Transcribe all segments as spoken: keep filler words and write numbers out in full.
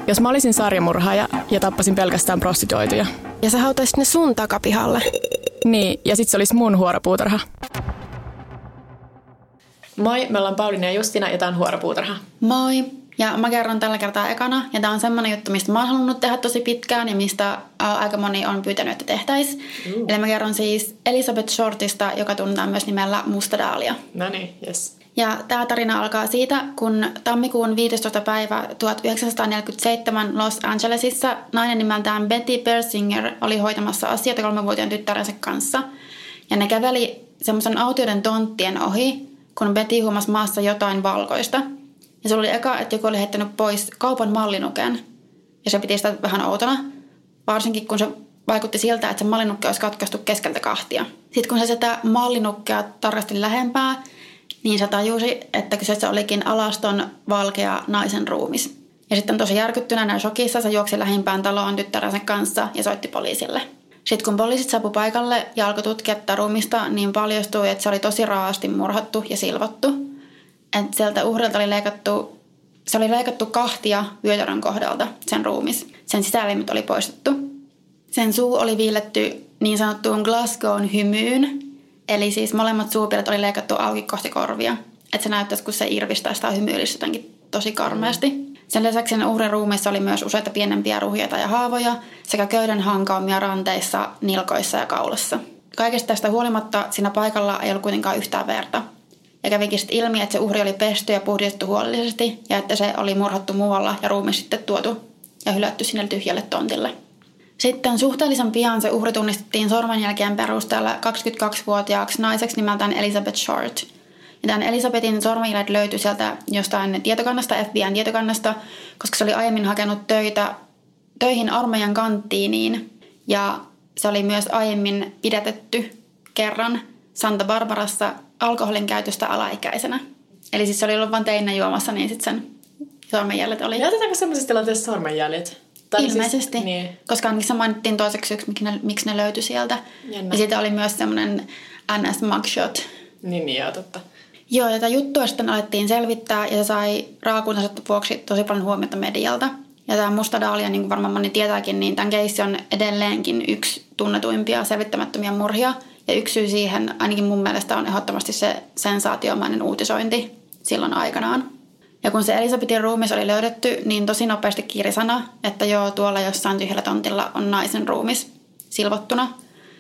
Jos mä olisin sarjamurhaaja ja tappasin pelkästään prostituoituja. Ja sä hautaisit ne sun takapihalle. Niin, ja sit se olisi mun huoropuutarha. Moi, me ollaan Pauliina ja Justina ja tää on Huoropuutarha. Moi, ja mä kerron tällä kertaa ekana. Ja tää on semmonen juttu, mistä mä oon halunnut tehdä tosi pitkään ja mistä aika moni on pyytänyt, että tehtäis. Mm. Eli mä kerron siis Elizabeth Shortista, joka tunnetaan myös nimellä Musta Dahlia. No niin, yes. Ja tämä tarina alkaa siitä, kun tammikuun viidestoista päivä tuhatyhdeksänsataaneljäkymmentäseitsemän Los Angelesissa nainen nimeltään Betty Persinger oli hoitamassa asioita kolmevuotiaan tyttärensä kanssa. Ja ne käveli semmoisen autioiden tonttien ohi, kun Betty huomasi maassa jotain valkoista. Ja se oli eka, että joku oli heittänyt pois kaupan mallinuken. Ja se piti sitä vähän outona, varsinkin kun se vaikutti siltä, että se mallinukke olisi katkaistu keskeltä kahtia. Sitten kun se sitä mallinukkea tarkasti lähempää, niin se tajusi, että kyseessä olikin alaston valkea naisen ruumis. Ja sitten tosi järkyttyneenä ja shokissa se juoksi lähimpään taloon tyttärensä kanssa ja soitti poliisille. Sitten kun poliisit saapui paikalle ja alkoi tutkia tätä ruumista, niin paljastui, että se oli tosi raasti murhattu ja silvottu. Että sieltä uhrilta oli leikattu, se oli leikattu kahtia vyötärön kohdalta, sen ruumis. Sen sisäelimet oli poistettu. Sen suu oli viiletty niin sanottuun Glasgown hymyyn. Eli siis molemmat suupielet oli leikattu auki kohti korvia. Että se näyttäisi, kun se irvistäisi tai hymyilisi jotenkin tosi karmeasti. Sen lisäksi sen uhrin ruumiissa oli myös useita pienempiä ruhjeita ja haavoja sekä köyden hankaumia ranteissa, nilkoissa ja kaulassa. Kaikesta tästä huolimatta siinä paikalla ei ollut kuitenkaan yhtään verta. Ja kävikin sitten ilmi, että se uhri oli pesty ja puhdistettu huolellisesti ja että se oli murhattu muualla ja ruumis sitten tuotu ja hylätty sinne tyhjälle tontille. Sitten suhteellisen pian se uhri tunnistettiin sormenjälkien perusteella kaksikymmentäkaksivuotiaaksi naiseksi nimeltään Elizabeth Short. Ja tämän Elizabethin sormenjäljet löytyi sieltä jostain tietokannasta, F B I:n tietokannasta, koska se oli aiemmin hakenut töitä, töihin armeijan kanttiiniin. Ja se oli myös aiemmin pidätetty kerran Santa Barbarassa alkoholin käytöstä alaikäisenä. Eli siis se oli ollut vain teinä juomassa, niin sitten sen sormenjäljet oli. Ja otetaanko semmoisessa tilanteessa sormenjäljet? Tai ilmeisesti, siis, niin. Koska ainakin se mainittiin toiseksi yksi, miksi ne löytyi sieltä. Jännä. Ja sitten oli myös semmoinen N S mugshot. Niin, niin joo, totta. Joo, ja tätä juttua sitten alettiin selvittää ja se sai raakuutensa vuoksi tosi paljon huomiota medialta. Ja tämä Musta Dahlia, niin kuin varmaan moni tietääkin, niin tämän keissi on edelleenkin yksi tunnetuimpia selvittämättömiä murhia. Ja yksi syy siihen ainakin mun mielestä on ehdottomasti se sensaatiomainen uutisointi silloin aikanaan. Ja kun se Elizabethin ruumis oli löydetty, niin tosi nopeasti kiiri sana, että joo, tuolla jossain tyhjällä tontilla on naisen ruumis silvottuna.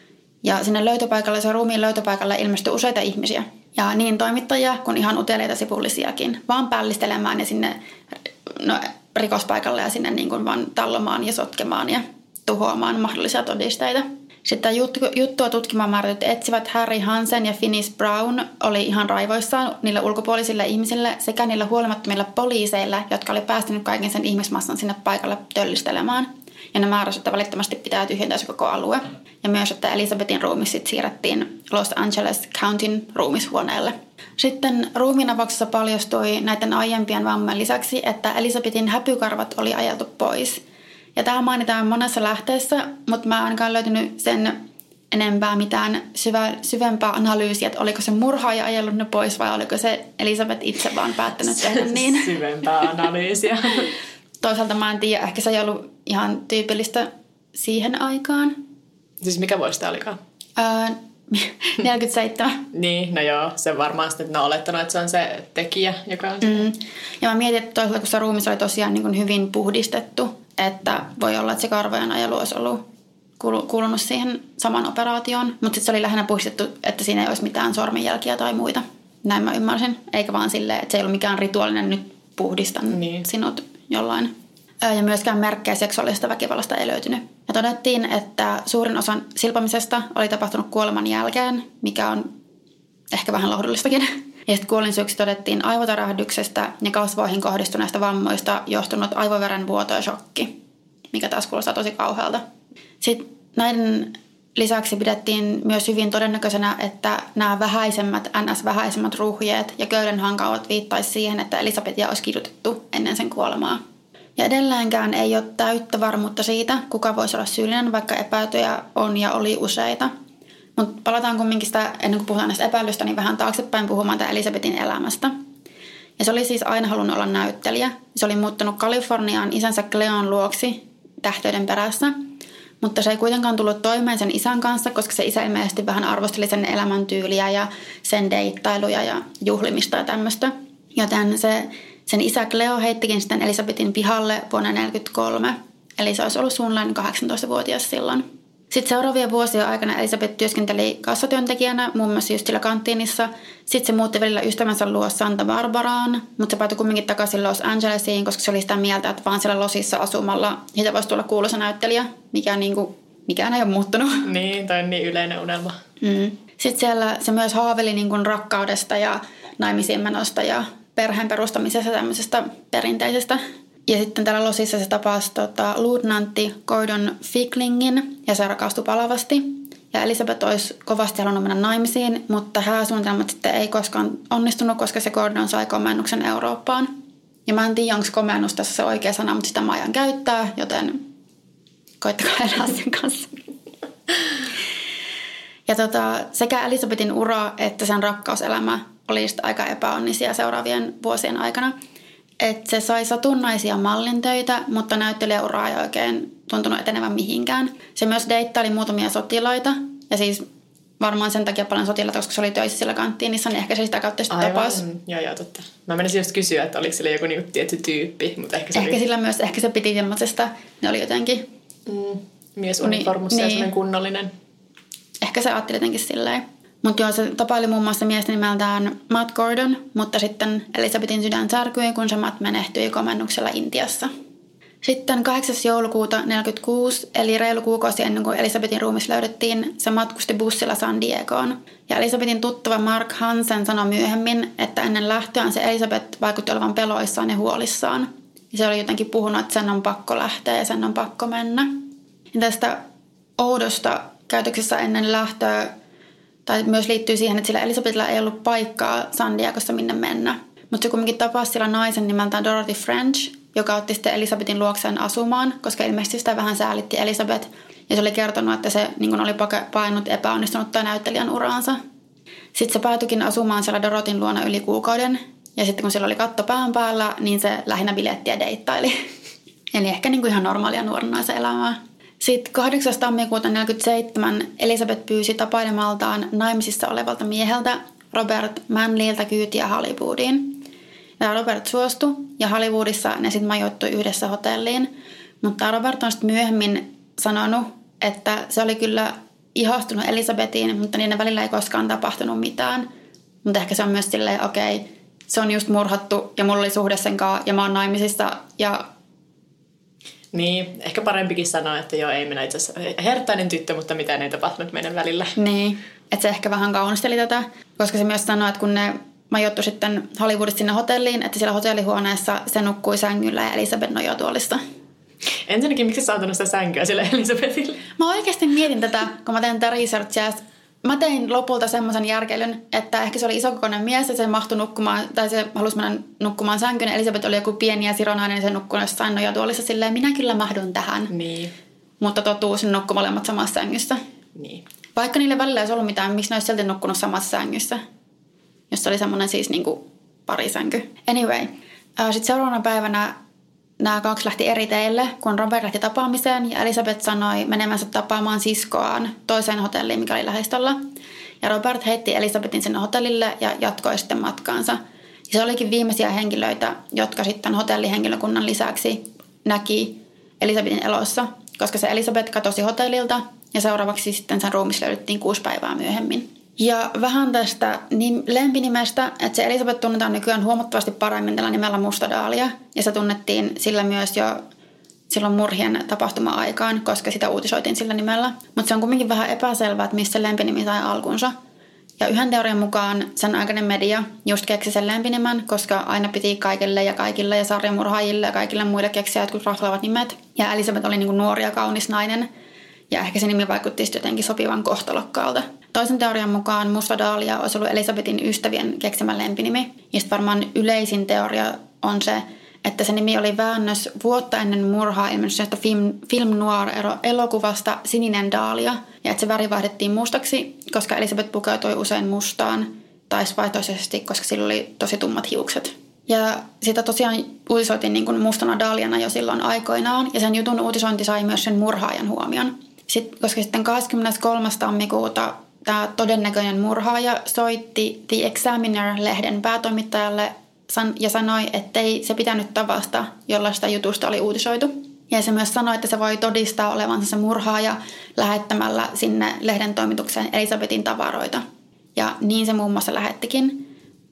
Ja sinne löytöpaikalle, se ruumiin löytöpaikalle ilmestyi useita ihmisiä. Ja niin toimittajia kuin ihan uteliaita sipullisiakin, vaan pällistelemään ja sinne no, rikospaikalle ja sinne niin kuin vaan tallomaan ja sotkemaan ja tuhoamaan mahdollisia todisteita. Sitten juttua tutkimaan määrätyt etsivät Harry Hansen ja Finis Brown oli ihan raivoissaan niille ulkopuolisille ihmisille sekä niillä huolimattomilla poliiseille, jotka oli päästänyt kaiken sen ihmismassan sinne paikalle töllistelemään. Ja ne määräsivät, että välittömästi pitää tyhjentää se koko alue. Ja myös, että Elizabethin ruumis sitten siirrettiin Los Angeles Countyn ruumishuoneelle. Sitten ruumiinavauksessa paljastui näiden aiempien vammojen lisäksi, että Elizabethin häpykarvat oli ajeltu pois. Ja tämä mainitaan monessa lähteessä, mutta mä en ainakaan löytynyt sen enempää mitään syvä, syvempää analyysiä, että oliko se murhaaja ajellut ne pois vai oliko se Elizabeth itse vaan päättänyt tehdä niin. Syvempää analyysiä. Toisaalta mä en tiedä, ehkä se ei ollut ihan tyypillistä siihen aikaan. Siis mikä vuosi tämä olikaan? Öö, neljäkymmentäseitsemän. Niin, no joo, se varmaan sitten, että ne on olettanut, että se on se tekijä, joka on mm. Ja mä mietin, että toisaalta kun se ruumis oli tosiaan niin kuin hyvin puhdistettu, että voi olla, että se karvojen ajelu olisi ollut kuulunut siihen saman operaatioon, mutta sitten se oli lähinnä puhdistettu, että siinä ei olisi mitään sormenjälkiä tai muita. Näin mä ymmärsin, eikä vaan silleen, että se ei ollut mikään rituaalinen nyt puhdistan niin. sinut jollain. Ja myöskään merkkejä seksuaalisesta väkivallasta ei löytynyt. Ja todettiin, että suurin osa silpomisesta oli tapahtunut kuoleman jälkeen, mikä on ehkä vähän lohdullistakin. Ja sitten kuolinsyyksi todettiin aivotärähdyksestä ja kasvoihin kohdistuneista vammoista johtunut aivoveren vuoto ja shokki, mikä taas kuulostaa tosi kauhealta. Sitten näiden lisäksi pidettiin myös hyvin todennäköisenä, että nämä vähäisemmät, N S-vähäisemmät ruhjeet ja köydenhankaudet viittaisi siihen, että Elizabethia olisi kidutettu ennen sen kuolemaa. Ja edelleenkään ei ole täyttä varmuutta siitä, kuka voisi olla syyllinen, vaikka epäiltyjä on ja oli useita. Mutta palataan kumminkin sitä, ennen kuin puhutaan näistä epäilystä, niin vähän taaksepäin puhumaan tämän Elizabethin elämästä. Ja se oli siis aina halunnut olla näyttelijä. Se oli muuttanut Kaliforniaan isänsä Cleon luoksi tähteyden perässä. Mutta se ei kuitenkaan tullut toimeen sen isän kanssa, koska se isä ilmeisesti vähän arvosteli sen elämäntyyliä ja sen deittailuja ja juhlimista ja tämmöistä. Joten se, sen isä Cleo heittikin sitten Elisabetin pihalle vuonna tuhatyhdeksänsataaneljäkymmentäkolme. Eli se olisi ollut suunnilleen kahdeksantoistavuotias silloin. Sitten seuraavien vuosien aikana Elisabeth työskenteli kassatyöntekijänä muun muassa just sillä kanttiinissa. Sitten se muutti välillä ystävänsä luo Santa Barbaraan, mutta se päätyi kumminkin takaisin Los Angelesiin, koska se oli sitä mieltä, että vaan siellä Losissa asumalla siitä voisi tulla kuuluisa näyttelijä, mikä niin kuin, mikään ei ole muuttunut. Niin, toi on niin yleinen unelma. Mm. Sitten siellä se myös haaveli niin kuin rakkaudesta ja naimisiin menosta ja perheen perustamisesta tämmöisestä perinteisestä. Ja sitten täällä Losissa se tapasi tota, luutnantti Gordon Ficklingin ja se rakastui palavasti. Ja Elisabeth olisi kovasti halunnut mennä naimisiin, mutta hääsuunnitelmat sitten ei koskaan onnistunut, koska se Gordon sai komennuksen Eurooppaan. Ja mä en tiedä, onko komennus tässä se oikea sana, mutta sitä mä ajan käyttää, joten koittakaa elää sen kanssa. Ja tota, sekä Elisabetin ura että sen rakkauselämä oli aika epäonnisia seuraavien vuosien aikana. Että se sai satunnaisia mallintöitä, mutta näyttelijäura ei oikein tuntunut etenevän mihinkään. Se myös deittaili muutamia sotilaita, ja siis varmaan sen takia paljon sotilaita, koska se oli töissä sillä kanttiinissa, niin ehkä se sitä kautta sitten tapasi. Joo, joo, totta. Mä menisin just kysyä, että oliko sillä joku niinku tietty tyyppi, mutta ehkä se Ehkä oli... sillä myös, ehkä se piti semmoisesta, ne oli jotenkin... Mm, miesuniformussa niin, ja semmoinen kunnollinen. Ehkä se ajatteli jotenkin silleen. Mutta joo, se tapaili muun muassa miestä nimeltään Matt Gordon, mutta sitten Elisabetin sydän särkyi, kun se Matt menehtyi komennuksella Intiassa. Sitten kahdeksas joulukuuta tuhatyhdeksänsataaneljäkymmentäkuusi, eli reilu kuukausi ennen kuin Elisabetin ruumis löydettiin, se matkusti bussilla San Diegoon. Ja Elisabetin tuttava Mark Hansen sanoi myöhemmin, että ennen lähtöään se Elisabeth vaikutti olevan peloissaan ja huolissaan. Ja se oli jotenkin puhunut, että sen on pakko lähteä ja sen on pakko mennä. Ja tästä oudosta käytöksessä ennen lähtöä tai myös liittyy siihen, että sillä Elisabethilla ei ollut paikkaa San Diegossa minne mennä. Mutta se kuitenkin tapasi sillä naisen nimeltään Dorothy French, joka otti sitten Elisabetin luokseen asumaan, koska ilmeisesti sitä vähän säälitti Elisabeth. Ja se oli kertonut, että se niin kun oli painut epäonnistunutta näyttelijän uraansa. Sitten se päätyikin asumaan siellä Dorotin luona yli kuukauden. Ja sitten kun sillä oli katto pään päällä, niin se lähinnä bilettiä deittaili. Eli ehkä niin kuin ihan normaalia nuoren naisen elämää. Sitten kahdeksas tammikuuta tuhatyhdeksänsataaneljäkymmentäseitsemän Elisabeth pyysi tapailemaltaan naimisissa olevalta mieheltä Robert Manleyltä kyytiä Hollywoodiin. Ja Robert suostui ja Hollywoodissa ne sitten majoittui yhdessä hotelliin. Mutta Robert on sitten myöhemmin sanonut, että se oli kyllä ihastunut Elisabetiin, mutta niiden välillä ei koskaan tapahtunut mitään. Mutta ehkä se on myös silleen, okei, okay, se on just murhattu ja mulla oli suhde sen kanssa ja mä oon naimisissa ja... Niin, ehkä parempikin sanoa, että joo, ei minä itse asiassa herttainen tyttö, mutta mitään ei tapahtunut meidän välillä. Niin, että se ehkä vähän kaunisteli tätä, koska se myös sanoi, että kun ne majoittui sitten Hollywoodissa sinne hotelliin, että siellä hotellihuoneessa se nukkui sängyllä ja Elisabeth nojatuolissa. Ensinnäkin, miksi sä antanut sitä sänkyä sille Elisabethille? Mä oikeasti mietin tätä, kun mä tein tätä researchia. Mä tein lopulta semmoisen järkeilyn, että ehkä se oli isokokoinen mies ja se mahtui nukkumaan, tai se halusi mennä nukkumaan sänkyyn. Elisabeth oli joku pieni ja sironainen ja se nukkui jossain nojatuolissa silleen, minä kyllä mahdun tähän. Niin. Mutta totuus, ne nukkui molemmat samassa sängyssä. Niin. Vaikka niille välillä ei olisi ollut mitään, miksi ne olisi silti nukkunut samassa sängyssä? Jos se oli semmoinen siis niinku parisänky. Anyway, sitten seuraavana päivänä nämä kaksi lähti eri teille, kun Robert lähti tapaamiseen ja Elisabeth sanoi menemänsä tapaamaan siskoaan toiseen hotelliin, mikä oli lähistöllä. Ja Robert heitti Elisabetin sinne hotellille ja jatkoi sitten matkaansa. Ja se olikin viimeisiä henkilöitä, jotka sitten hotellihenkilökunnan lisäksi näki Elisabetin elossa, koska se Elisabeth katosi hotellilta ja seuraavaksi sitten sen ruumis löydettiin kuusi päivää myöhemmin. Ja vähän tästä lempinimestä, että se Elisabeth tunnetaan nykyään huomattavasti paremmin tällä nimellä Musta Dahlia. Ja se tunnettiin sillä myös jo silloin murhien tapahtuma-aikaan, koska sitä uutisoitiin sillä nimellä. Mutta se on kuitenkin vähän epäselvää, että missä lempinimi sai alkunsa. Ja yhden teorian mukaan sen aikainen media just keksi sen lempinimen, koska aina piti kaikille ja kaikille ja sarjamurhaajille ja kaikille muille keksiä jotkut raflaavat nimet. Ja Elisabeth oli niinku nuori ja kaunis nainen. Ja ehkä se nimi vaikutti jotenkin sopivan kohtalokkaalta. Toisen teorian mukaan Musta Dahlia olisi ollut Elisabetin ystävien keksimä lempinimi. Ja sitten varmaan yleisin teoria on se, että se nimi oli väännös vuotta ennen murhaa ilmestyneestä film, film noir-elokuvasta Sininen Dahlia. Ja että se väri vaihdettiin mustaksi, koska Elisabeth pukeutui usein mustaan, tai vaihtoisesti, koska sillä oli tosi tummat hiukset. Ja sitä tosiaan uutisoitiin niin kuin mustana dahliana jo silloin aikoinaan, ja sen jutun uutisointi sai myös sen murhaajan huomion. Sitten, koska sitten kahdeskymmeneskolmas tammikuuta tämä todennäköinen murhaaja soitti The Examiner-lehden päätoimittajalle ja sanoi, ettei se pitänyt tavasta, jolla sitä jutusta oli uutisoitu. Ja se myös sanoi, että se voi todistaa olevansa se murhaaja lähettämällä sinne lehden toimitukseen Elisabetin tavaroita. Ja niin se muun muassa lähettikin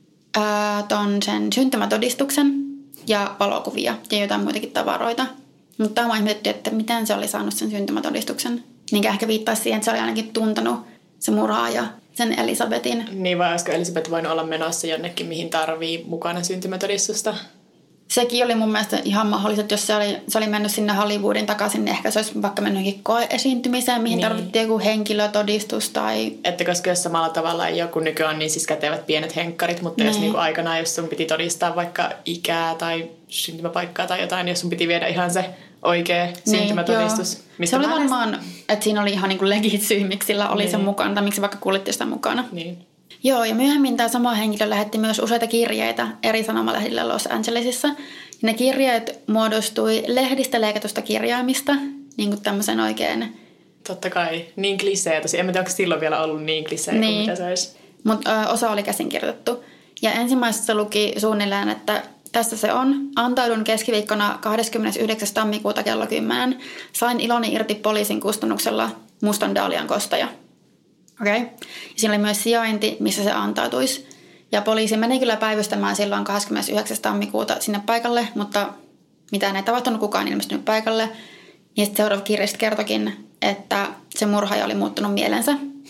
ää, ton sen syntymätodistuksen ja valokuvia ja jotain muitakin tavaroita. Mutta tämä on ihmetetty, että miten se oli saanut sen syntymätodistuksen. Minkä ehkä viittaisi siihen, että se oli ainakin tuntenut se murhaaja sen Elisabetin. Niin, vai olisiko Elisabeth voinut olla menossa jonnekin, mihin tarvii mukana syntymätodistusta? Sekin oli mun mielestä ihan mahdollista, että jos se oli, se oli mennyt sinne Hollywoodin takaisin, niin ehkä se olisi vaikka mennyt johonkin koe-esiintymiseen, mihin niin. tarvittiin joku henkilötodistus tai... Että koska jos samalla tavalla ei joku nykyään niin siis kätevät pienet henkkarit, mutta niin. jos niin kuin aikanaan, jos sun piti todistaa vaikka ikää tai syntymäpaikkaa tai jotain, niin jos sun piti viedä ihan se oikea niin, syntymätodistus. Se oli varmaan, että siinä oli ihan niin kuin legit syy, miksi sillä oli niin. se mukana tai miksi vaikka kuljetti sitä mukana. Niin. Joo, ja myöhemmin tämä sama henkilö lähetti myös useita kirjeitä eri sanomalehdille Los Angelesissa. Ja ne kirjeet muodostui lehdistä leikatusta kirjaimista, niin kuin tämmöisen oikein... Totta kai, niin klisee. Tosi en tiedä, onko silloin vielä ollut niin klisee niin. kuin mitä se olisi. Mutta osa oli käsinkirjoitettu. Ja ensimmäisessä luki suunnilleen, että tässä se on. Antaudun keskiviikkona kahdeskymmenesyhdeksäs tammikuuta kello kymmenen. Sain iloni irti poliisin kustannuksella mustan dahlian kostaja. Okei. Okay. Ja siinä oli myös sijainti, missä se antautuisi. Ja poliisi meni kyllä päivystämään silloin kahdeskymmenesyhdeksäs tammikuuta sinne paikalle, mutta mitään ei tapahtunut, kukaan ilmestynyt paikalle. Ja sitten seuraava kirja kertokin, että se murhaaja oli muuttunut mielensä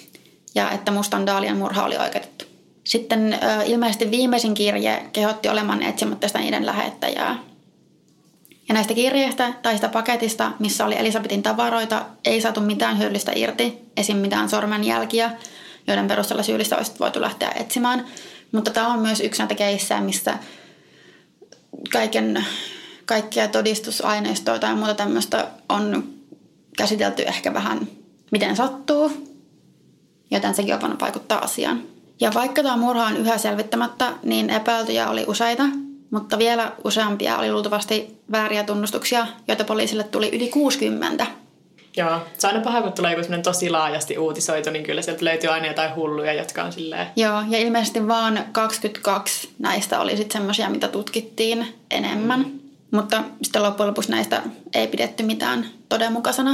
ja että mustan dahlian murha oli oikeutettu. Sitten äh, ilmeisesti viimeisin kirje kehotti olemaan etsimättä sitä niiden lähettäjää. Ja näistä kirjeistä tai sitä paketista, missä oli Elisabetin tavaroita, ei saatu mitään hyödyllistä irti, esim. Mitään sormenjälkiä, joiden perusteella syyllistä olisi voitu lähteä etsimään. Mutta tämä on myös yksi näitä keissejä, missä kaiken, kaikkia todistusaineistoa tai muuta tämmöistä on käsitelty ehkä vähän miten sattuu, joten sekin on voinut vaikuttaa asiaan. Ja vaikka tämä murha on yhä selvittämättä, niin epäiltyjä oli useita, mutta vielä useampia oli luultavasti vääriä tunnustuksia, joita poliisille tuli yli kuusikymmentä. Joo, se on aina paha, kun tulee joku sellainen tosi laajasti uutisoitu, niin kyllä sieltä löytyy aina jotain hulluja, jotka on silleen... Joo, ja ilmeisesti vaan kaksikymmentäkaksi näistä oli sitten semmoisia, mitä tutkittiin enemmän. Mm. Mutta sitten loppujen lopuksi näistä ei pidetty mitään todenmukaisena.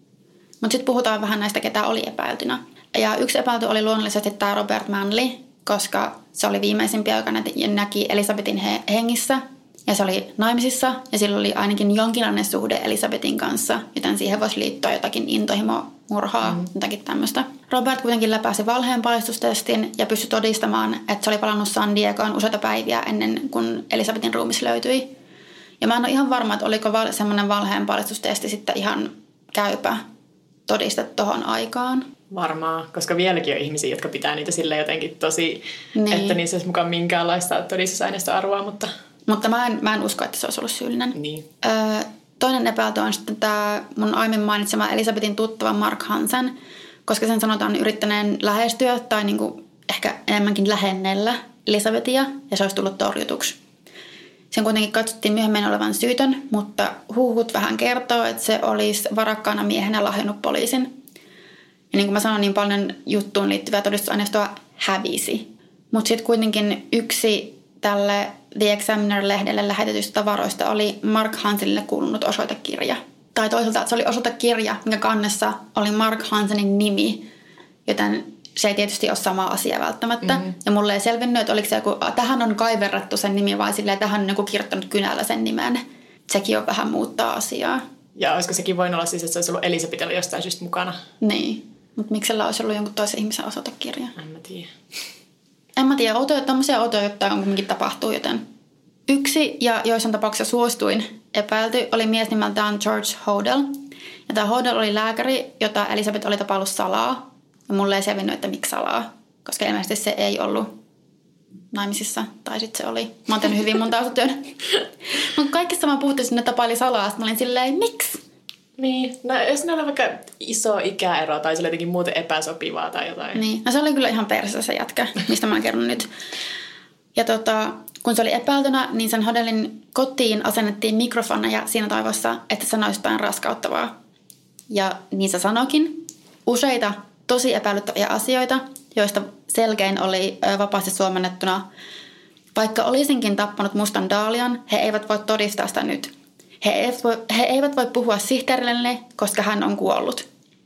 Mutta sitten puhutaan vähän näistä, ketä oli epäiltynä. Ja yksi epäilty oli luonnollisesti tämä Robert Manley, koska se oli viimeisimpiä, joka näki Elisabetin he- hengissä. Ja se oli naimisissa ja sillä oli ainakin jonkinlainen suhde Elisabetin kanssa, joten siihen voisi liittyä jotakin intohimomurhaa, mm. jotakin tämmöistä. Robert kuitenkin läpäisi valheen paljastustestin ja pystyi todistamaan, että se oli palannut San Diegoon useita päiviä ennen kuin Elisabetin ruumis löytyi. Ja mä en ole ihan varma, että oliko val- semmoinen valheen paljastustesti sitten ihan käypä todiste tohon aikaan. Varmaan, koska vieläkin on ihmisiä, jotka pitää niitä sille jotenkin tosi, niin. että niissä olisi mukaan minkäänlaista todistusaineista arvoa, mutta... Mutta mä en, mä en usko, että se olisi ollut syyllinen. Niin. Öö, toinen epäilty on sitten tämä mun aiemmin mainitsema Elisabetin tuttava Mark Hansen, koska sen sanotaan yrittäneen lähestyä tai niinku ehkä enemmänkin lähennellä Elisabetia ja se olisi tullut torjutuksi. Sen kuitenkin katsottiin myöhemmin olevan syytön, mutta huhut vähän kertoo, että se olisi varakkaana miehenä lahjonnut poliisin. Ja niin kuin mä sanoin, niin paljon juttuun liittyvää todistusaineistoa hävisi. Mutta sitten kuitenkin yksi tälle The Examiner-lehdelle lähetetyistä tavaroista oli Mark Hansenille kuulunut osoitekirja. Tai toisaalta se oli osoitekirja, minkä kannessa oli Mark Hansenin nimi, joten se ei tietysti ole sama asia välttämättä. Mm-hmm. Ja mulle ei selvinnyt, että oliko se joku, tähän on kaiverrettu sen nimi, vai silleen, tähän on joku kirjoittanut kynällä sen nimen. Sekin on vähän muuttaa asiaa. Ja olisiko sekin voinut olla siis, että se olisi ollut Elisabetilla jostain syystä mukana? Niin, mutta miksi sillä olisi ollut jonkun toisen ihmisen osoitekirja? En mä tiedä. En mä tiedä, outoja, tämmöisiä outoja jotain on kuitenkin tapahtuu, joten... Yksi ja joissain tapauksissa suosituin epäilty oli mies nimeltään George Hodel. Ja tämä Hodel oli lääkäri, jota Elisabeth oli tapaillut salaa. Ja mulle ei selvinnyt, että miksi salaa, koska ilmeisesti se ei ollut naimisissa. Tai sitten se oli. Mä oon tehnyt hyvin mun taustatyön. Mutta kaikista mä puhuttiin, että ne tapaili salaa. Sitten mä olin silleen, miksi? Niin, no jos ne oli vaikka iso ikäero tai se oli jotenkin muuten epäsopivaa tai jotain. Niin, no se oli kyllä ihan perseessä se jätkä, mistä mä kerron nyt. Ja tota, kun se oli epäiltynä, niin sen Hodellin kotiin asennettiin mikrofoneja siinä toivossa, että se sanoisi jotain raskauttavaa. Ja niin se sanoikin. Useita tosi epäilyttäviä asioita, joista selkein oli vapaasti suomennettuna. Vaikka olisinkin tappanut mustan Dahlian, he eivät voi todistaa sitä nyt. He eivät voi, he eivät voi puhua sihteerilleni, koska hän on kuollut.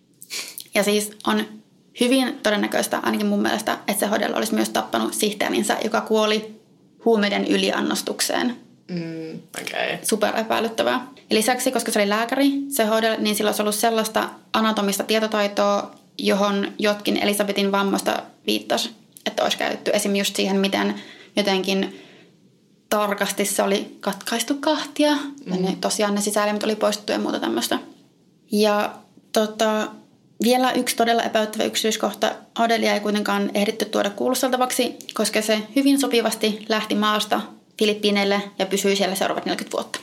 Ja siis on hyvin todennäköistä, ainakin mun mielestä, että se Hodel olisi myös tappanut sihteerinsä, joka kuoli huumeiden yliannostukseen. Mm, okay. Super epäilyttävää. Ja lisäksi, koska se oli lääkäri, se Hodel, niin sillä olisi ollut sellaista anatomista tietotaitoa, johon jotkin Elisabetin vammoista viittasi, että olisi käytetty esim. Just siihen, miten jotenkin tarkasti se oli katkaistu kahtia. Mm. Ne, tosiaan ne sisäelimet oli poistettu ja muuta tämmöistä. Ja tota, vielä yksi todella epäyttävä yksityiskohta. Hodelia ei kuitenkaan ehditty tuoda kuulusteltavaksi, koska se hyvin sopivasti lähti maasta Filippiineille ja pysyi siellä seuraavat neljäkymmentä vuotta.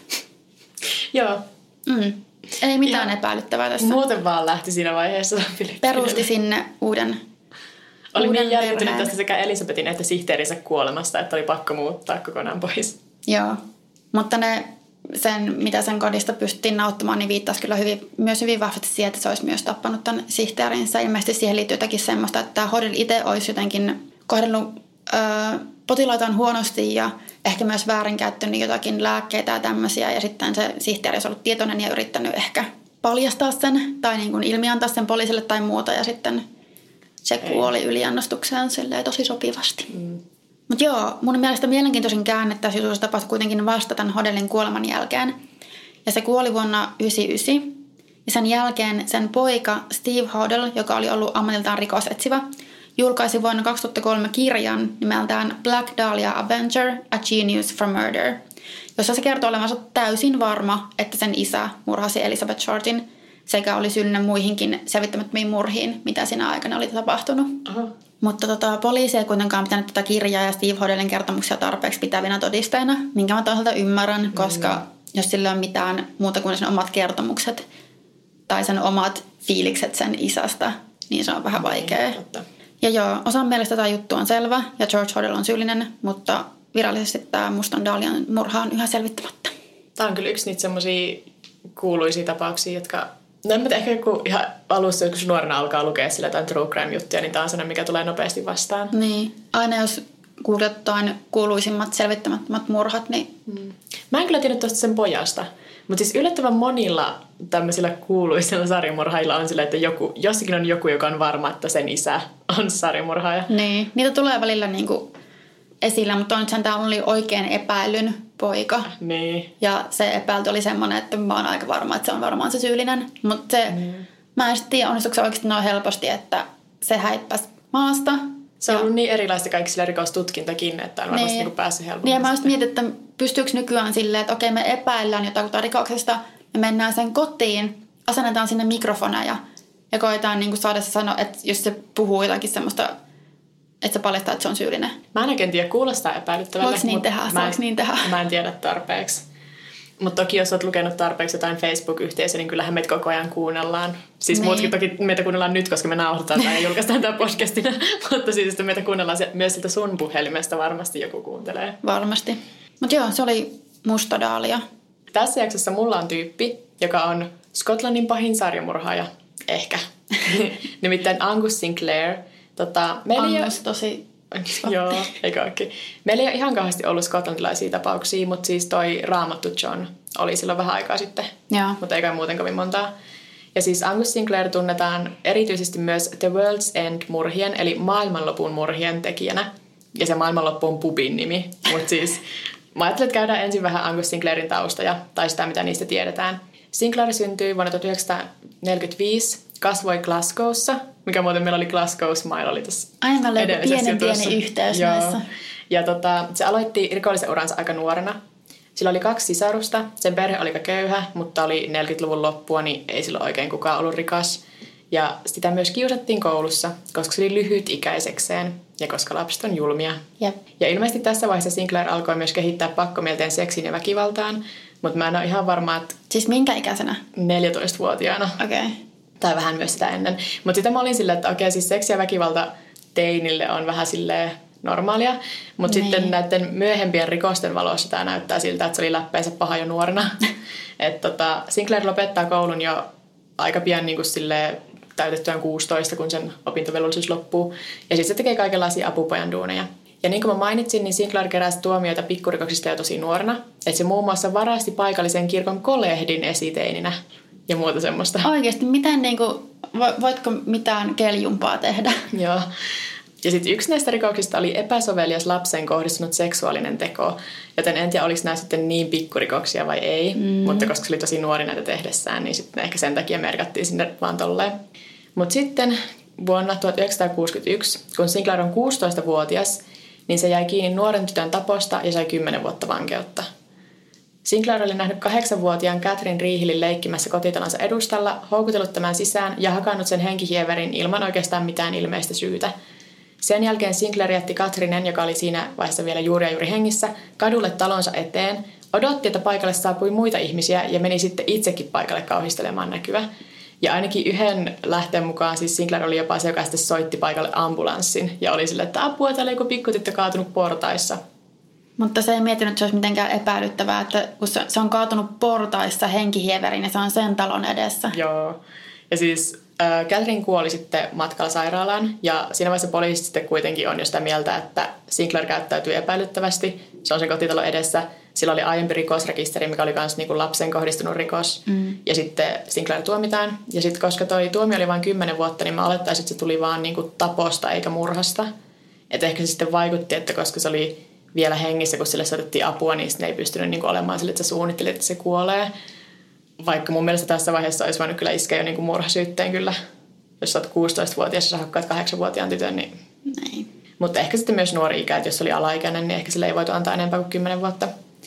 Joo. Mm. Ei mitään ja epäilyttävää tässä. Muuten vaan lähti siinä vaiheessa Filippiineille. Perusti sinne uuden Oli uuden niin järkyttynyt tästä sekä Elisabetin että sihteerinsä kuolemasta, että oli pakko muuttaa kokonaan pois. Joo, mutta ne, sen, mitä sen kodista pystyttiin nauttamaan, niin viittasi kyllä hyvin, myös hyvin vahvasti siihen, että se olisi myös tappanut tämän sihteerinsä. Ilmeisesti siihen liittyy jotakin semmoista, että Hodel itse olisi jotenkin kohdellut ö, potilaitaan huonosti ja ehkä myös väärinkäyttänyt jotakin lääkkeitä ja tämmöisiä. Ja sitten se sihteeri olisi ollut tietoinen ja yrittänyt ehkä paljastaa sen tai niin kuin ilmiantaa sen poliisille tai muuta. Ja sitten se kuoli Ei. yliannostukseen silleen tosi sopivasti. Mm. Mutta joo, mun mielestä mielenkiintoisin käänne tässä jutussa tapahtui kuitenkin vasta tämän Hodelin kuoleman jälkeen. Ja se kuoli vuonna yhdeksänkymmentäyhdeksän. Ja sen jälkeen sen poika Steve Hodel, joka oli ollut ammatiltaan rikosetsivä, julkaisi vuonna kaksituhattakolme kirjan nimeltään Black Dahlia Avenger, A Genius for Murder, jossa se kertoo olevansa täysin varma, että sen isä murhasi Elizabeth Shortin sekä oli syyllinen muihinkin selvittämättömiin murhiin, mitä siinä aikana oli tapahtunut. Aha. Mutta tota, poliisi ei kuitenkaan pitänyt tätä kirjaa ja Steve Hodelin kertomuksia tarpeeksi pitävinä todisteina, minkä mä toisaalta ymmärrän, koska mm. jos sillä on mitään muuta kuin sen omat kertomukset tai sen omat fiilikset sen isästä, niin se on vähän vaikea. Mm, ja joo, osan mielestä tämä juttu on selvä ja George Hodel on syyllinen, mutta virallisesti tämä mustan Dahlian murha on yhä selvittämättä. Tämä on kyllä yksi niitä semmoisia kuuluisia tapauksia, jotka no en mä ehkä kun ihan alussa, kun nuorena alkaa lukea sillä jotain true crime-juttuja, niin tämä on sellainen, mikä tulee nopeasti vastaan. Niin, aina jos kuulet jotain kuuluisimmat selvittämättömät murhat, niin... Hmm. Mä en kyllä tiedä tuosta sen pojasta, mutta siis yllättävän monilla tämmöisillä kuuluisilla sarjamurhailla on sillä, että joku, jossakin on joku, joka on varma, että sen isä on sarjamurhaaja. Niin, niitä tulee välillä niinku esillä, mutta on sen tämä oli oikein epäilyn poika. Niin. Ja se epäilty oli semmoinen, että mä oon aika varma, että se on varmaan se syyllinen. Mutta se, mm. mä en tiedä, onnistuiko se oikeasti noin helposti, että se häippäsi maasta. Se on ollut niin erilaista kaikilla rikostutkintakin, että on varmasti niin. Niin päässyt helpommin. Niin ja mä just mietin, että pystyykö nykyään silleen, että okei me epäillään jotain rikoksesta, me mennään sen kotiin, asennetaan sinne mikrofoneja ja koetaan niin saada se sanoa, että jos se puhuu jotakin semmoista, että se paljastaa, että se on syyllinen. Mä en oikein tiedä, kuulostaa epäilyttävälle. Voiko niin tehdä? Mä en, niin tehdä? Mä en tiedä tarpeeksi. Mutta toki jos olet lukenut tarpeeksi jotain Facebook-yhteisöä, niin kyllähän meitä koko ajan kuunnellaan. Siis niin. Muutkin toki meitä kuunnellaan nyt, koska me nauhoitetaan tämä ja julkaistaan tämä podcastina. Mutta siis että meitä kuunnellaan myös siltä sun puhelimesta varmasti joku kuuntelee. Varmasti. Mutta joo, se oli musta Dahlia. Tässä jaksossa mulla on tyyppi, joka on Skotlannin pahin sarjamurhaaja. Ehkä. Nimittäin Angus Sinclair. Tota, Angus ole... tosi... Joo, eikö oikein. Meillä ei ole ihan kauheasti ollut skotlantilaisia tapauksia, mutta siis toi Raamattu John oli silloin vähän aikaa sitten. Joo. Mutta ei kai muuten kovin montaa. Ja siis Angus Sinclair tunnetaan erityisesti myös The World's End-murhien, eli maailmanlopun murhien tekijänä. Ja se maailmanloppu on pubin nimi. Mutta siis mä ajattelin, että käydään ensin vähän Angus Sinclairin taustoja, tai sitä, mitä niistä tiedetään. Sinclair syntyi vuonna tuhatyhdeksänsataaneljäkymmentäviisi, kasvoi Glasgowssa, mikä muuten meillä oli Glasgow Smile, oli tässä aivan pienen pieni yhteys Joo. näissä. Ja tota, se aloitti rikollisen uransa aika nuorena. Sillä oli kaksi sisarusta, sen perhe oli aika köyhä, mutta oli neljäkymmentäluvun loppua, niin ei silloin oikein kukaan ollut rikas. Ja sitä myös kiusattiin koulussa, koska se oli lyhyt ikäisekseen ja koska lapset on julmia. Jep. Ja ilmeisesti tässä vaiheessa Sinclair alkoi myös kehittää pakkomielteen seksiin ja väkivaltaan, mutta mä en ole ihan varma, että... Siis minkä ikäisenä? neljätoistavuotiaana. Okei. Okay. Tai vähän myös sitä ennen. Mutta sitten mä olin silleen, että okei, siis seksi ja väkivalta teinille on vähän silleen normaalia. Mutta niin. sitten näiden myöhempien rikosten valossa tämä näyttää siltä, että se oli läppeensä paha jo nuorena. että tota, Sinclair lopettaa koulun jo aika pian niin kuin silleen, täytettyään kuusitoista, kun sen opintovelvollisuus loppuu. Ja sitten se tekee kaikenlaisia apupojan duuneja. Ja niin kuin mä mainitsin, niin Sinclair keräsi tuomioita pikkurikoksista jo tosi nuorena. Että se muun muassa varasti paikallisen kirkon kolehdin esiteininä ja muuta semmoista. Oikeasti, miten niinku, voitko mitään keljumpaa tehdä? Joo. Ja sitten yksi näistä rikoksista oli epäsovelias lapseen kohdistunut seksuaalinen teko. Joten en tiedä, oliko nämä sitten niin pikkurikoksia vai ei. Mm. Mutta koska se oli tosi nuori näitä tehdessään, niin sitten ehkä sen takia merkattiin sinne vaan tolleen. Mutta sitten vuonna tuhatyhdeksänsataakuusikymmentäyksi, kun Sinclair on kuusitoistavuotias, niin se jäi kiinni nuoren tytön taposta ja sai kymmenen vuotta vankeutta. Sinclair oli nähnyt kahdeksanvuotiaan Catherine Reehillin leikkimässä kotitalonsa edustalla, houkutellut tämän sisään ja hakannut sen henkihieverin ilman oikeastaan mitään ilmeistä syytä. Sen jälkeen Sinclair jätti Catherinen, joka oli siinä vaiheessa vielä juuri ja juuri hengissä, kadulle talonsa eteen, odotti, että paikalle saapui muita ihmisiä ja meni sitten itsekin paikalle kauhistelemaan näkyvä. Ja ainakin yhden lähteen mukaan siis Sinclair oli jopa se, joka sitten soitti paikalle ambulanssin ja oli sille, että apua, täällä joku pikkutyttö kaatunut portaissa. Mutta se ei miettinyt, että se olisi mitenkään epäilyttävää, että kun se on kaatunut portaissa henkihieverin ja se on sen talon edessä. Joo. Ja siis äh, Catherine kuoli sitten matkalla sairaalaan ja siinä vaiheessa poliisit sitten kuitenkin on jo sitä mieltä, että Sinclair käyttäytyy epäilyttävästi. Se on sen kotitalon edessä. Sillä oli aiempi rikosrekisteri, mikä oli myös niinku lapsen kohdistunut rikos. Mm. Ja sitten Sinclair tuomitaan. Ja sitten koska toi tuomio oli vain kymmenen vuotta, niin mä olettaisin, että se tuli vaan niinku taposta eikä murhasta. Että ehkä se sitten vaikutti, että koska se oli vielä hengissä, kun sille soitettiin apua, niin ne ei pystynyt niinku olemaan sille, että se suunnitteli, että se kuolee. Vaikka mun mielestä tässä vaiheessa olisi voinut kyllä iskeä jo niinku murhasyytteen kyllä. Jos sä oot kuusitoistavuotias ja sä hakkaat kahdeksanvuotiaan tytön, niin... Näin. Mutta ehkä sitten myös nuori ikä, että jos se oli alaikäinen, niin ehkä sille ei voitu antaa enempää kuin kymmenen vuotta.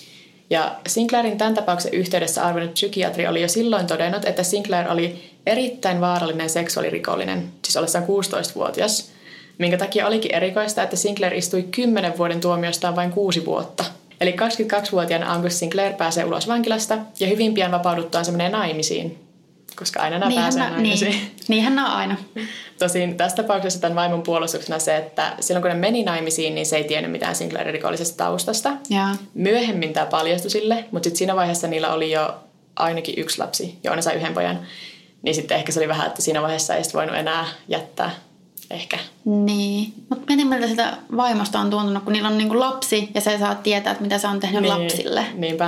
Ja Sinclairin tämän tapauksen yhteydessä arvioinut psykiatri oli jo silloin todennut, että Sinclair oli erittäin vaarallinen seksuaalirikollinen, siis ollessaan kuusitoistavuotias, minkä takia olikin erikoista, että Sinclair istui kymmenen vuoden tuomiostaan vain kuusi vuotta. Eli kaksikymmentäkaksivuotiaana Angus Sinclair pääsee ulos vankilasta ja hyvin pian vapauduttuaan se menee naimisiin, koska aina nämä niinhän pääsee nä, naimisiin. Niin. Niinhän nämä aina. Tosin tässä tapauksessa tämän vaimon puolustuksena se, että silloin kun ne meni naimisiin, niin se ei tiennyt mitään Sinclairin rikollisesta taustasta. Ja. Myöhemmin tämä paljastui sille, mutta sitten siinä vaiheessa niillä oli jo ainakin yksi lapsi, joo ne sai yhden pojan. Niin sitten ehkä se oli vähän, että siinä vaiheessa ei sitten voinut enää jättää. Ehkä. Niin. Mutta miten miltä sitä vaimosta on tuntunut, kun niillä on niinku lapsi ja se saa tietää, että mitä se on tehnyt niin, lapsille. Niinpä.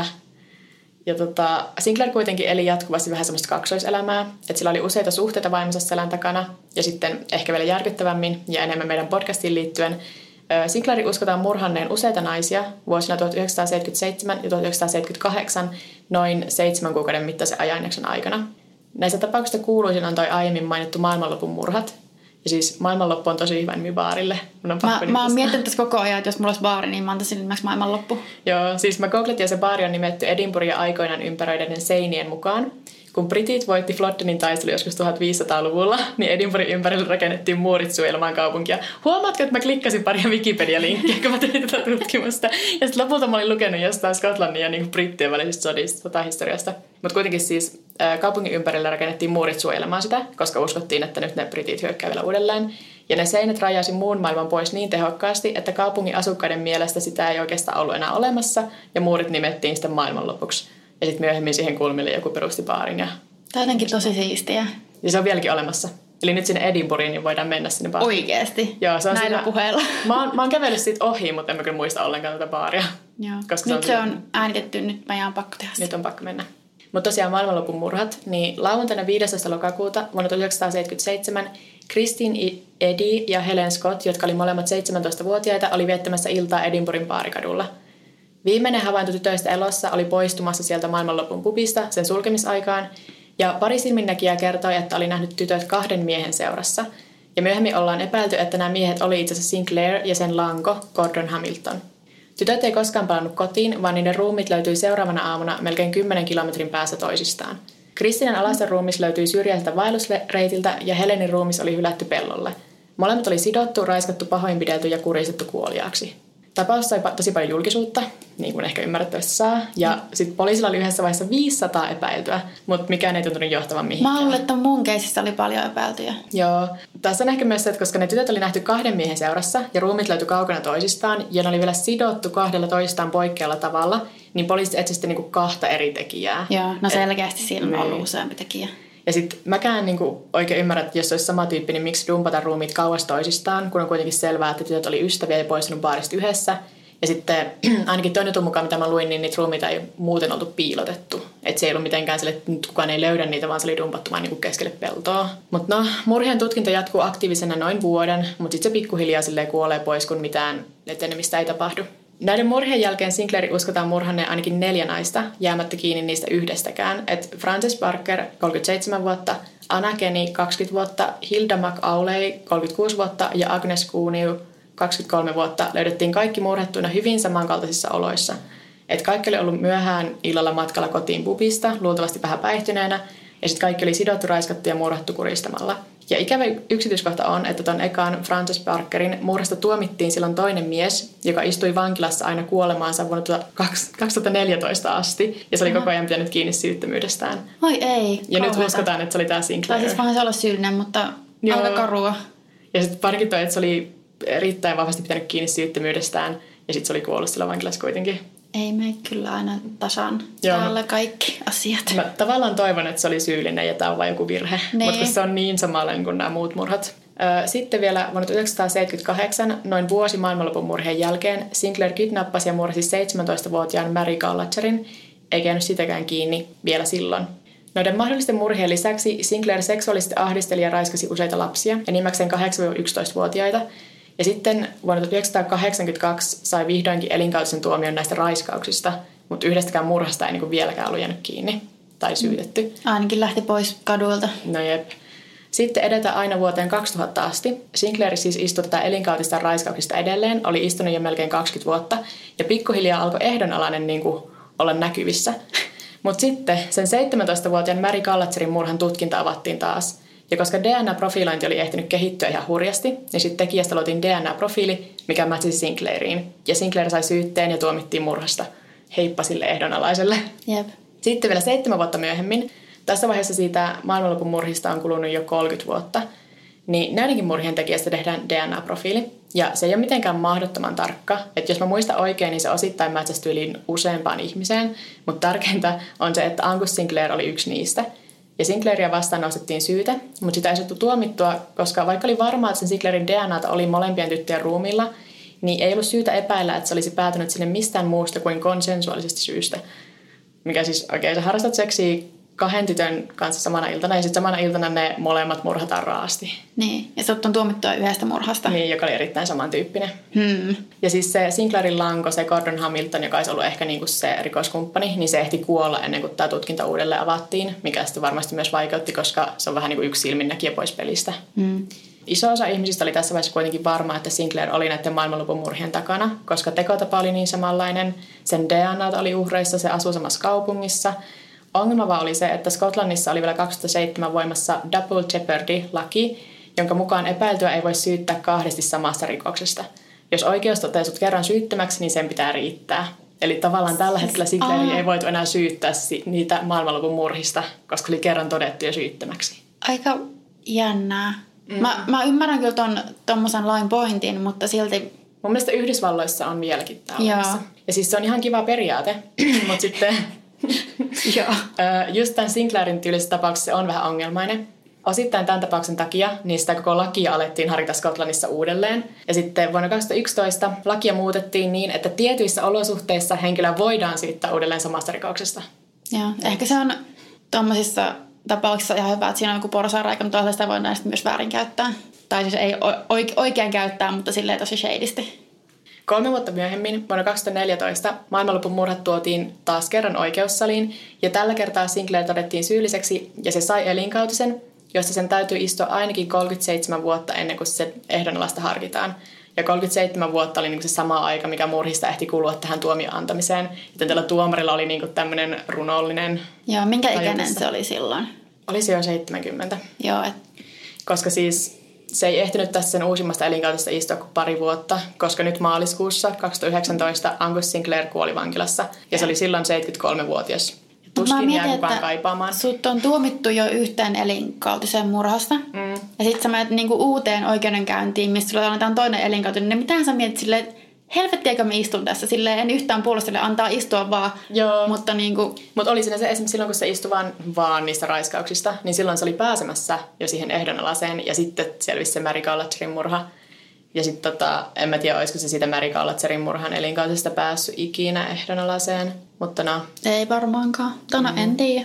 Ja tota, Sinclair kuitenkin eli jatkuvasti vähän semmoista kaksoiselämää, että sillä oli useita suhteita vaimonsa selän takana ja sitten ehkä vielä järkyttävämmin ja enemmän meidän podcastiin liittyen. Sinclairin uskotaan murhanneen useita naisia vuosina tuhatyhdeksänsataaseitsemänkymmentäseitsemän ja tuhatyhdeksänsataaseitsemänkymmentäkahdeksan noin seitsemän kuukauden mittaisen ajanjakson aikana. Näistä tapauksista kuuluisin on toi aiemmin mainittu maailmanlopun murhat. Ja siis maailmanloppu on tosi hyvä nimi baarille. Mä, mä oon miettinyt tässä koko ajan, että jos mulla olisi baari, niin mä antaisin nimeksi maailmanloppu. Joo, siis mä googletin ja se baari on nimetty Edinburghin aikoinaan ympäröideiden seinien mukaan. Kun britit voitti Floddenin taistelu joskus tuhatviisisataaluvulla, niin Edinburghin ympärille rakennettiin muurit suojelemaan kaupunkia. Huomaatko, että mä klikkasin pari Wikipedia-linkkiä, kun mä tein tätä tutkimusta. Ja sitten lopulta mä olin lukenut jostain Skotlannin ja niin brittien välisistä sodista, sotahistoriasta. Mutta kuitenkin siis ää, kaupungin ympärille rakennettiin muurit suojelemaan sitä, koska uskottiin, että nyt ne britit hyökkää vielä uudelleen. Ja ne seinät rajasi muun maailman pois niin tehokkaasti, että kaupungin asukkaiden mielestä sitä ei oikeastaan ollut enää olemassa, ja muurit nimettiin sitten maailmanlopuksi. Ja sitten myöhemmin siihen kulmille joku perusti baarin. Ja... Tämä on jotenkin tosi siistiä. Ja se on vieläkin olemassa. Eli nyt sinne Edinburghiin niin voidaan mennä sinne baariin. Oikeesti? Joo, se on näillä siinä... puheilla. Mä oon, mä oon kävellyt siitä ohi, mutta en mä kyllä muista ollenkaan tätä baaria. Joo. Koska nyt se on, se on äänitetty, nyt mä jään pakko tehdä. Nyt on pakko mennä. Mutta tosiaan maailmanlopun murhat, niin lauantaina viidestoista lokakuuta vuonna tuhatyhdeksänsataaseitsemänkymmentäseitsemän Christine Eddy ja Helen Scott, jotka oli molemmat seitsemäntoistavuotiaita, oli viettämässä iltaa Edinburghin baarikadulla. Viimeinen havainto tytöistä elossa oli poistumassa sieltä maailmanlopun pubista sen sulkemisaikaan, ja pari silminnäkijää kertoi, että oli nähnyt tytöt kahden miehen seurassa. Ja myöhemmin ollaan epäilty, että nämä miehet oli itse asiassa Sinclair ja sen lanko Gordon Hamilton. Tytöt ei koskaan palannut kotiin, vaan niiden ruumit löytyi seuraavana aamuna melkein kymmenen kilometrin päässä toisistaan. Kristinen alasten ruumis löytyi syrjäiseltä vaellusreitiltä ja Helenin ruumis oli hylätty pellolle. Molemmat oli sidottu, raiskattu, pahoinpidelty ja kuristettu kuoliaaksi. Tapaus sai tosi paljon julkisuutta, niin kuin ehkä ymmärrettävästi saa. Ja mm. sitten poliisilla oli yhdessä vaiheessa viisisataa epäiltyä, mutta mikään ei tuntunut johtavan mihinkään. Mä luulen, että mun keisissä oli paljon epäiltyjä. Joo. Tässä on ehkä myös se, että koska ne tytöt oli nähty kahden miehen seurassa ja ruumit löytyi kaukana toisistaan ja ne oli vielä sidottu kahdella toisistaan poikkealla tavalla, niin poliisit etsi sitten niinku kahta eri tekijää. Joo, no selkeästi Et, siinä on ollut useampi tekijä. Ja sitten mäkään niinku oikein ymmärrän, että jos olisi sama tyyppi, niin miksi dumpata ruumiit kauas toisistaan, kun on kuitenkin selvää, että tytöt oli ystäviä ja poistunut baarista yhdessä. Ja sitten ainakin toinen jutun mukaan, mitä mä luin, niin niitä ruumiita ei muuten oltu piilotettu. Että se ei ollut mitenkään sille, että kukaan ei löydä niitä, vaan se oli dumpattu vain niin keskelle peltoa. Mutta no, murhien tutkinta jatkuu aktiivisena noin vuoden, mutta sitten se pikkuhiljaa silleen kuolee pois, kun mitään etenemistä ei tapahdu. Näiden murhien jälkeen Sinclairin uskotaan murhanneen ainakin neljä naista, jäämättä kiinni niistä yhdestäkään. Et Frances Parker, kolmekymmentäseitsemän vuotta, Anna Kenny, kaksikymmentä vuotta, Hilda McAuley, kolmekymmentäkuusi vuotta ja Agnes Kuuniu, kaksikymmentäkolme vuotta, löydettiin kaikki murhattuina hyvin samankaltaisissa oloissa. Et kaikki oli ollut myöhään illalla matkalla kotiin pubista, luultavasti vähän päihtyneenä, ja sitten kaikki oli sidottu, raiskattu ja murhattu kuristamalla. Ja ikävä yksityiskohta on, että ton ekan Frances Parkerin murhasta tuomittiin silloin toinen mies, joka istui vankilassa aina kuolemaansa vuonna kaksituhattaneljätoista asti, ja se oli Aha. koko ajan pitänyt kiinni syyttömyydestään. Oi ei, Ja kauheata. Nyt uskotaan, että se oli tää Sinclair. Tai siis vähän se olla syyllinen, mutta Joo. aika karua. Ja sitten parikit toi, että se oli erittäin vahvasti pitänyt kiinni syyttömyydestään, ja sitten se oli kuollut sillä vankilassa kuitenkin. Ei mene kyllä aina tasan täällä kaikki asiat. Mä tavallaan toivon, että se oli syyllinen ja tämä on vain joku virhe, nee. Mutta se on niin samanlainen kuin nämä muut murhat. Sitten vielä vuonna tuhatyhdeksänsataaseitsemänkymmentäkahdeksan, noin vuosi maailmanlopun murhien jälkeen, Sinclair kidnappasi ja murhasi seitsemäntoistavuotiaan Mary Gallagherin, eikä jäänyt sitäkään kiinni vielä silloin. Noiden mahdollisten murhien lisäksi Sinclair seksuaalisesti ahdisteli ja raiskasi useita lapsia, enimmäkseen kahdeksan–yksitoistavuotiaita. Ja sitten vuonna tuhatyhdeksänsataakahdeksankymmentäkaksi sai vihdoinkin elinkautisen tuomion näistä raiskauksista, mutta yhdestäkään murhasta ei niinku vieläkään ollut jäänyt kiinni tai syytetty. Ainakin lähti pois kaduilta. No jep. Sitten edetään aina vuoteen kaksituhatta asti. Sinclair siis istui tätä elinkautista raiskauksista edelleen, oli istunut jo melkein kaksikymmentä vuotta ja pikkuhiljaa alkoi ehdonalainen niinku olla näkyvissä. Mutta sitten sen seitsemäntoistavuotiaan Mary Gallagherin murhan tutkinta avattiin taas. Ja koska D N A-profilointi oli ehtinyt kehittyä ihan hurjasti, niin sitten tekijästä luotiin D N A-profiili, mikä matchasi Sinclairiin. Ja Sinclair sai syytteen ja tuomittiin murhasta. Heippa sille ehdonalaiselle. Jep. Sitten vielä seitsemän vuotta myöhemmin, tässä vaiheessa siitä maailmanlopun murhista on kulunut jo kolmekymmentä vuotta, niin näidenkin murhien tekijästä tehdään D N A-profiili. Ja se ei ole mitenkään mahdottoman tarkka. Että jos mä muistan oikein, niin se osittain matchasi tyyliin useampaan ihmiseen. Mutta tärkeintä on se, että Angus Sinclair oli yksi niistä. Ja Sinclairia vastaan nostettiin syytä, mutta sitä ei saatu tuomittua, koska vaikka oli varmaa, että sen Sinclairin D N A:ta oli molempien tyttöjen ruumiilla, niin ei ollut syytä epäillä, että se olisi päätynyt sinne mistään muusta kuin konsensuaalisesta syystä. Mikä siis oikein, okay, sä harrastat seksiä kahden tytön kanssa samana iltana, ja sitten samana iltana ne molemmat murhataan raasti. Niin, ja sut on tuomittua yhdestä murhasta. Niin, joka oli erittäin samantyyppinen. Hmm. Ja siis se Sinclairin lanko, se Gordon Hamilton, joka olisi ollut ehkä niinku se rikoskumppani, niin se ehti kuolla ennen kuin tämä tutkinta uudelleen avattiin, mikä sitten varmasti myös vaikeutti, koska se on vähän niin kuin yksi silminnäkijä pois pelistä. Hmm. Iso osa ihmisistä oli tässä vaiheessa kuitenkin varma, että Sinclair oli näiden maailmanlopun murhien takana, koska tekotapa oli niin samanlainen, sen D N A oli uhreissa, se asui samassa kaupungissa. Ongelma vaan oli se, että Skotlannissa oli vielä kaksituhattaseitsemän voimassa Double Jeopardy-laki, jonka mukaan epäiltyä ei voi syyttää kahdesti samasta rikoksesta. Jos oikeus toteaa sut kerran syyttömäksi, niin sen pitää riittää. Eli tavallaan tällä hetkellä Sinclairia ei voitu enää syyttää niitä maailmanlopun murhista, koska oli kerran todettu jo syyttömäksi. Aika jännää. Mm. Mä, mä ymmärrän kyllä ton tommosen lain pointin, mutta silti... Mun mielestä Yhdysvalloissa on vieläkin tällaisessa. Ja siis se on ihan kiva periaate, mutta sitten... Joo. Just tämän Sinclairin tyylisessä tapauksessa on vähän ongelmainen. Osittain tämän tapauksen takia niin sitä koko lakia alettiin harkita Skotlannissa uudelleen. Ja sitten vuonna kaksituhattayksitoista lakia muutettiin niin, että tietyissä olosuhteissa henkilöä voidaan syyttää uudelleen samasta rikoksesta. Joo, ehkä se on tuommoisissa tapauksissa ihan hyvä, että siinä on joku porsaanreikä, mutta toisaalta sitä voidaan myös väärinkäyttää. Tai siis ei oikein käyttää, mutta silleen tosi shadisti. Kolme vuotta myöhemmin, vuonna kaksituhattaneljätoista, maailmanlopun murhat tuotiin taas kerran oikeussaliin, ja tällä kertaa Sinclair todettiin syylliseksi, ja se sai elinkautisen, josta sen täytyy istua ainakin kolmekymmentäseitsemän vuotta ennen kuin se ehdonalaista harkitaan. Ja kolmekymmentäseitsemän vuotta oli niin se sama aika, mikä murhista ehti kulua tähän tuomion antamiseen. Joten tällä tuomarilla oli niin tämmöinen runollinen... Joo, minkä ikäinen se oli silloin? Oli se jo seitsemänkymmentä. Joo, et... Koska siis se ei ehtinyt tässä sen uusimmasta elinkautista istua kuin pari vuotta, koska nyt maaliskuussa kaksituhattayhdeksäntoista Angus Sinclair kuoli vankilassa ja se oli silloin seitsemänkymmentäkolmevuotias. Tuskin jää kukaan kaipaamaan. Sut on tuomittu jo yhteen elinkautiseen murhasta. Mm. Ja sit sä menet niinku uuteen oikeudenkäyntiin, missä sulla annetaan toinen elinkautinen. Niin mitähän sä mietit silleen, helvettiäkö mä istun tässä? Silleen en yhtään puolustele, antaa istua vaan. Joo. Mutta niinku... Mut oli siinä se esimerkiksi silloin, kun se istui vaan, vaan niistä raiskauksista, niin silloin se oli pääsemässä jo siihen ehdonalaiseen. Ja sitten selvisi se Mary Gallagherin murha. Ja sitten tota, en mä tiedä, olisiko se siitä Mary Gallagherin murhan elinkautista päässyt ikinä ehdonalaiseen. Mutta no. Ei varmaankaan. Tai no, mm. en tiedä.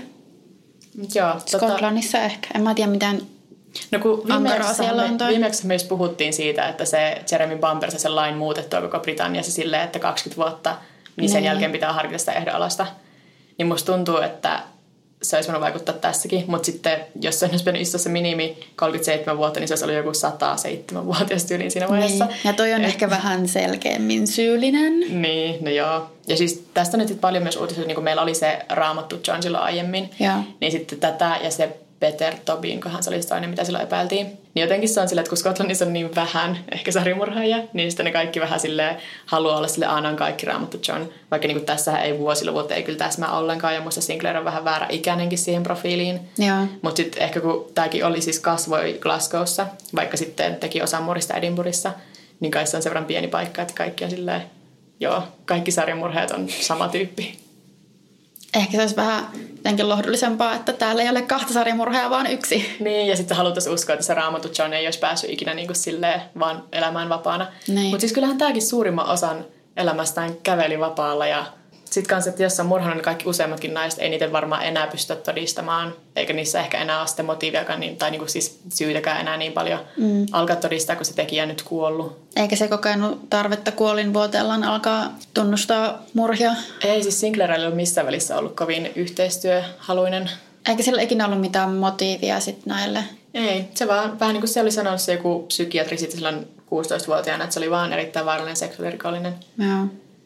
Joo. Skotlannissa tota... ehkä. En mä tiedä mitään no kun viimeksi me, viimeksi me puhuttiin siitä, että se Jeremy Bumper sai sen lain muutettua koko Britanniassa silleen, että kaksikymmentä vuotta, niin sen niin. jälkeen pitää harkita sitä ehdonalaista. Niin musta tuntuu, että se olisi voinut vaikuttaa tässäkin, mutta sitten jos se olisi pitänyt istua se minimi kolmekymmentäseitsemän vuotta, niin se olisi ollut joku sata seitsemän-vuotias tyyliin siinä vaiheessa. Niin. Ja toi on Et... ehkä vähän selkeämmin syyllinen. Niin, no joo. Ja siis tästä nyt paljon myös uutisoitu, niin kun meillä oli se Raamattu John silloin aiemmin, ja. niin sitten tätä ja se Peter Tobin, kohan se oli toinen, mitä silloin epäiltiin. Niin jotenkin se on silleen, että kun Skotlannissa on niin vähän ehkä sarjamurhaajia, niin sitten ne kaikki vähän silleen haluaa olla silleen, aina on kaikki Raamattu John. Vaikka niin kuin tässähän ei vuosiluvut, ei kyllä täsmää ollenkaan. Ja musta Sinclair on vähän väärä ikäinenkin siihen profiiliin. Mutta sitten ehkä kun tämäkin oli siis kasvoi Glasgowssa, vaikka sitten teki osan murista Edinburghissa, niin kai se on sen verran pieni paikka, että kaikki on silleen, joo, kaikki sarjamurheet on sama tyyppi. Ehkä se olisi vähän jotenkin lohdullisempaa, että täällä ei ole kahta sarjamurhaa, vaan yksi. Niin, ja sitten haluttaisiin uskoa, että se Raamattu John ei olisi päässyt ikinä niin kuin silleen, vaan elämään vapaana. Niin. Mutta siis kyllähän tämäkin suurimman osan elämästään käveli vapaalla. Ja sitten kanssa, että jos on murhannut, niin kaikki useammatkin naiset ei niitä varmaan enää pystytä todistamaan. Eikä niissä ehkä enää ole sitten motiiviakaan, niin, tai niin kuin siis syytäkään enää niin paljon mm. alkaa todistaa, kun se tekijä nyt kuollut. Eikä se kokenut tarvetta kuolinvuoteellaan alkaa tunnustaa murhia? Ei, siis Sinclair ei ole missään välissä ollut kovin yhteistyöhaluinen. Eikä sillä ikinä ollut mitään motiivia sitten näille? Ei, se vaan vähän niin kuin se oli sanonut se joku psykiatri sitten silloin kuusitoistavuotiaana, että se oli vaan erittäin vaarallinen seksuaalirikollinen. Joo.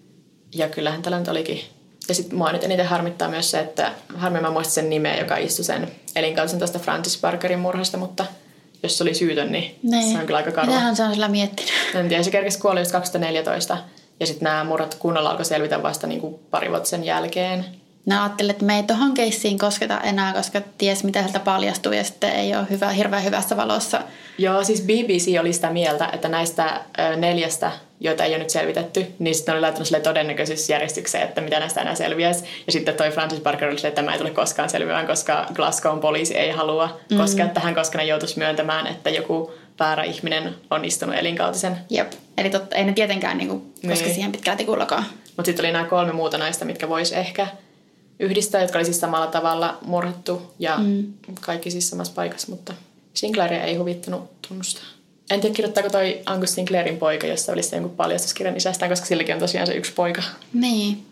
Ja kyllähän tällä nyt olikin. Ja sitten mua nyt eniten harmittaa myös se, että harmi mä muistin sen nimeä, joka istui sen elinkautisen tuosta Francis Barkerin murhasta, mutta jos se oli syytön, niin Nein. se on kyllä aika karua. Mitähän se on sillä miettinyt? En tiedä, se kerkesi kuoli just kaksituhattaneljätoista ja sitten nämä murhat kunnolla alkoi selvitä vasta niin kuin pari vuotta sen jälkeen. Mä ajattelin, että me ei tohon keissiin kosketa enää, koska ties mitä sieltä paljastuu ja sitten ei ole hyvä, hirveän hyvässä valossa. Joo, siis B B C oli sitä mieltä, että näistä ö, neljästä, joita ei ole nyt selvitetty, niin sitten oli laittanut sille todennäköisyysjärjestykseen, että mitä näistä enää selviäisi. Ja sitten toi Francis Barker oli sille, että tämä ei tule koskaan selviämään, koska Glasgown poliisi ei halua mm-hmm. koskea tähän, koska ne joutuisi myöntämään, että joku väärä ihminen on istunut elinkautisen. Jep, eli totta, ei ne tietenkään niin kuin, koske niin. siihen pitkään tikullakaan. Mutta sitten oli nämä kolme muuta naista, mitkä vois ehkä yhdistää, jotka oli siis samalla tavalla murhattu ja mm. kaikki siis samassa paikassa, mutta Sinclairia ei huvittanut tunnustaa. En tiedä, kirjoittaako toi Angus Sinclairin poika, jossa olisi jonkun paljastuskirjan isästään, koska silläkin on tosiaan se yksi poika. Niin.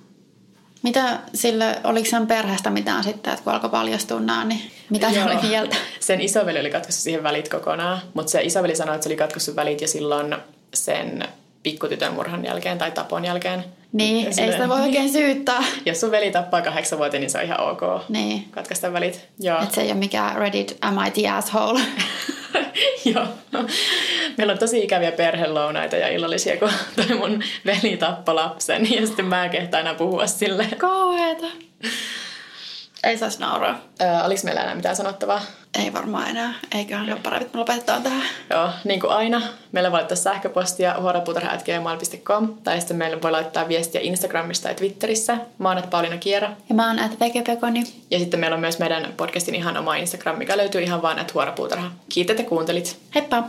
Mitä sille, oliko sen perheestä mitään sitten, että kun alkoi paljastua nämä, niin mitä se oli mieltä? Sen isoveli oli katkaissut siihen välit kokonaan, mutta se isoveli sanoi, että se oli katkaissut välit jo silloin sen pikkutytön murhan jälkeen tai tapon jälkeen. Niin, ei sitä voi oikein syyttää. Jos sun veli tappaa kahdeksan vuoteen, niin se on ihan ok. Niin. Katkaista välit. Joo. Että se ei ole mikään Reddit am I the asshole. Joo. Meillä on tosi ikäviä perhelounaita ja illallisia, kun toi mun veli tappoi lapsen. Ja sitten mä en kehtaa enää puhua silleen. Kauheeta. Ei saisi nauraa. Öö, oliko meillä enää mitään sanottavaa? Ei varmaan enää. Eiköhän ole parempi, että me lopetetaan tähän. Joo, niin kuin aina. Meillä voi laittaa sähköpostia huoropuutarha ät gmail piste com tai sitten meillä voi laittaa viestiä Instagramista ja Twitterissä. Mä oon Pauliina Kiera. Ja mä oon at Vegepekoni. Ja sitten meillä on myös meidän podcastin ihan oma Instagram, mikä löytyy ihan vaan at huoropuutarha. Kiitos, että kuuntelit. Heippa!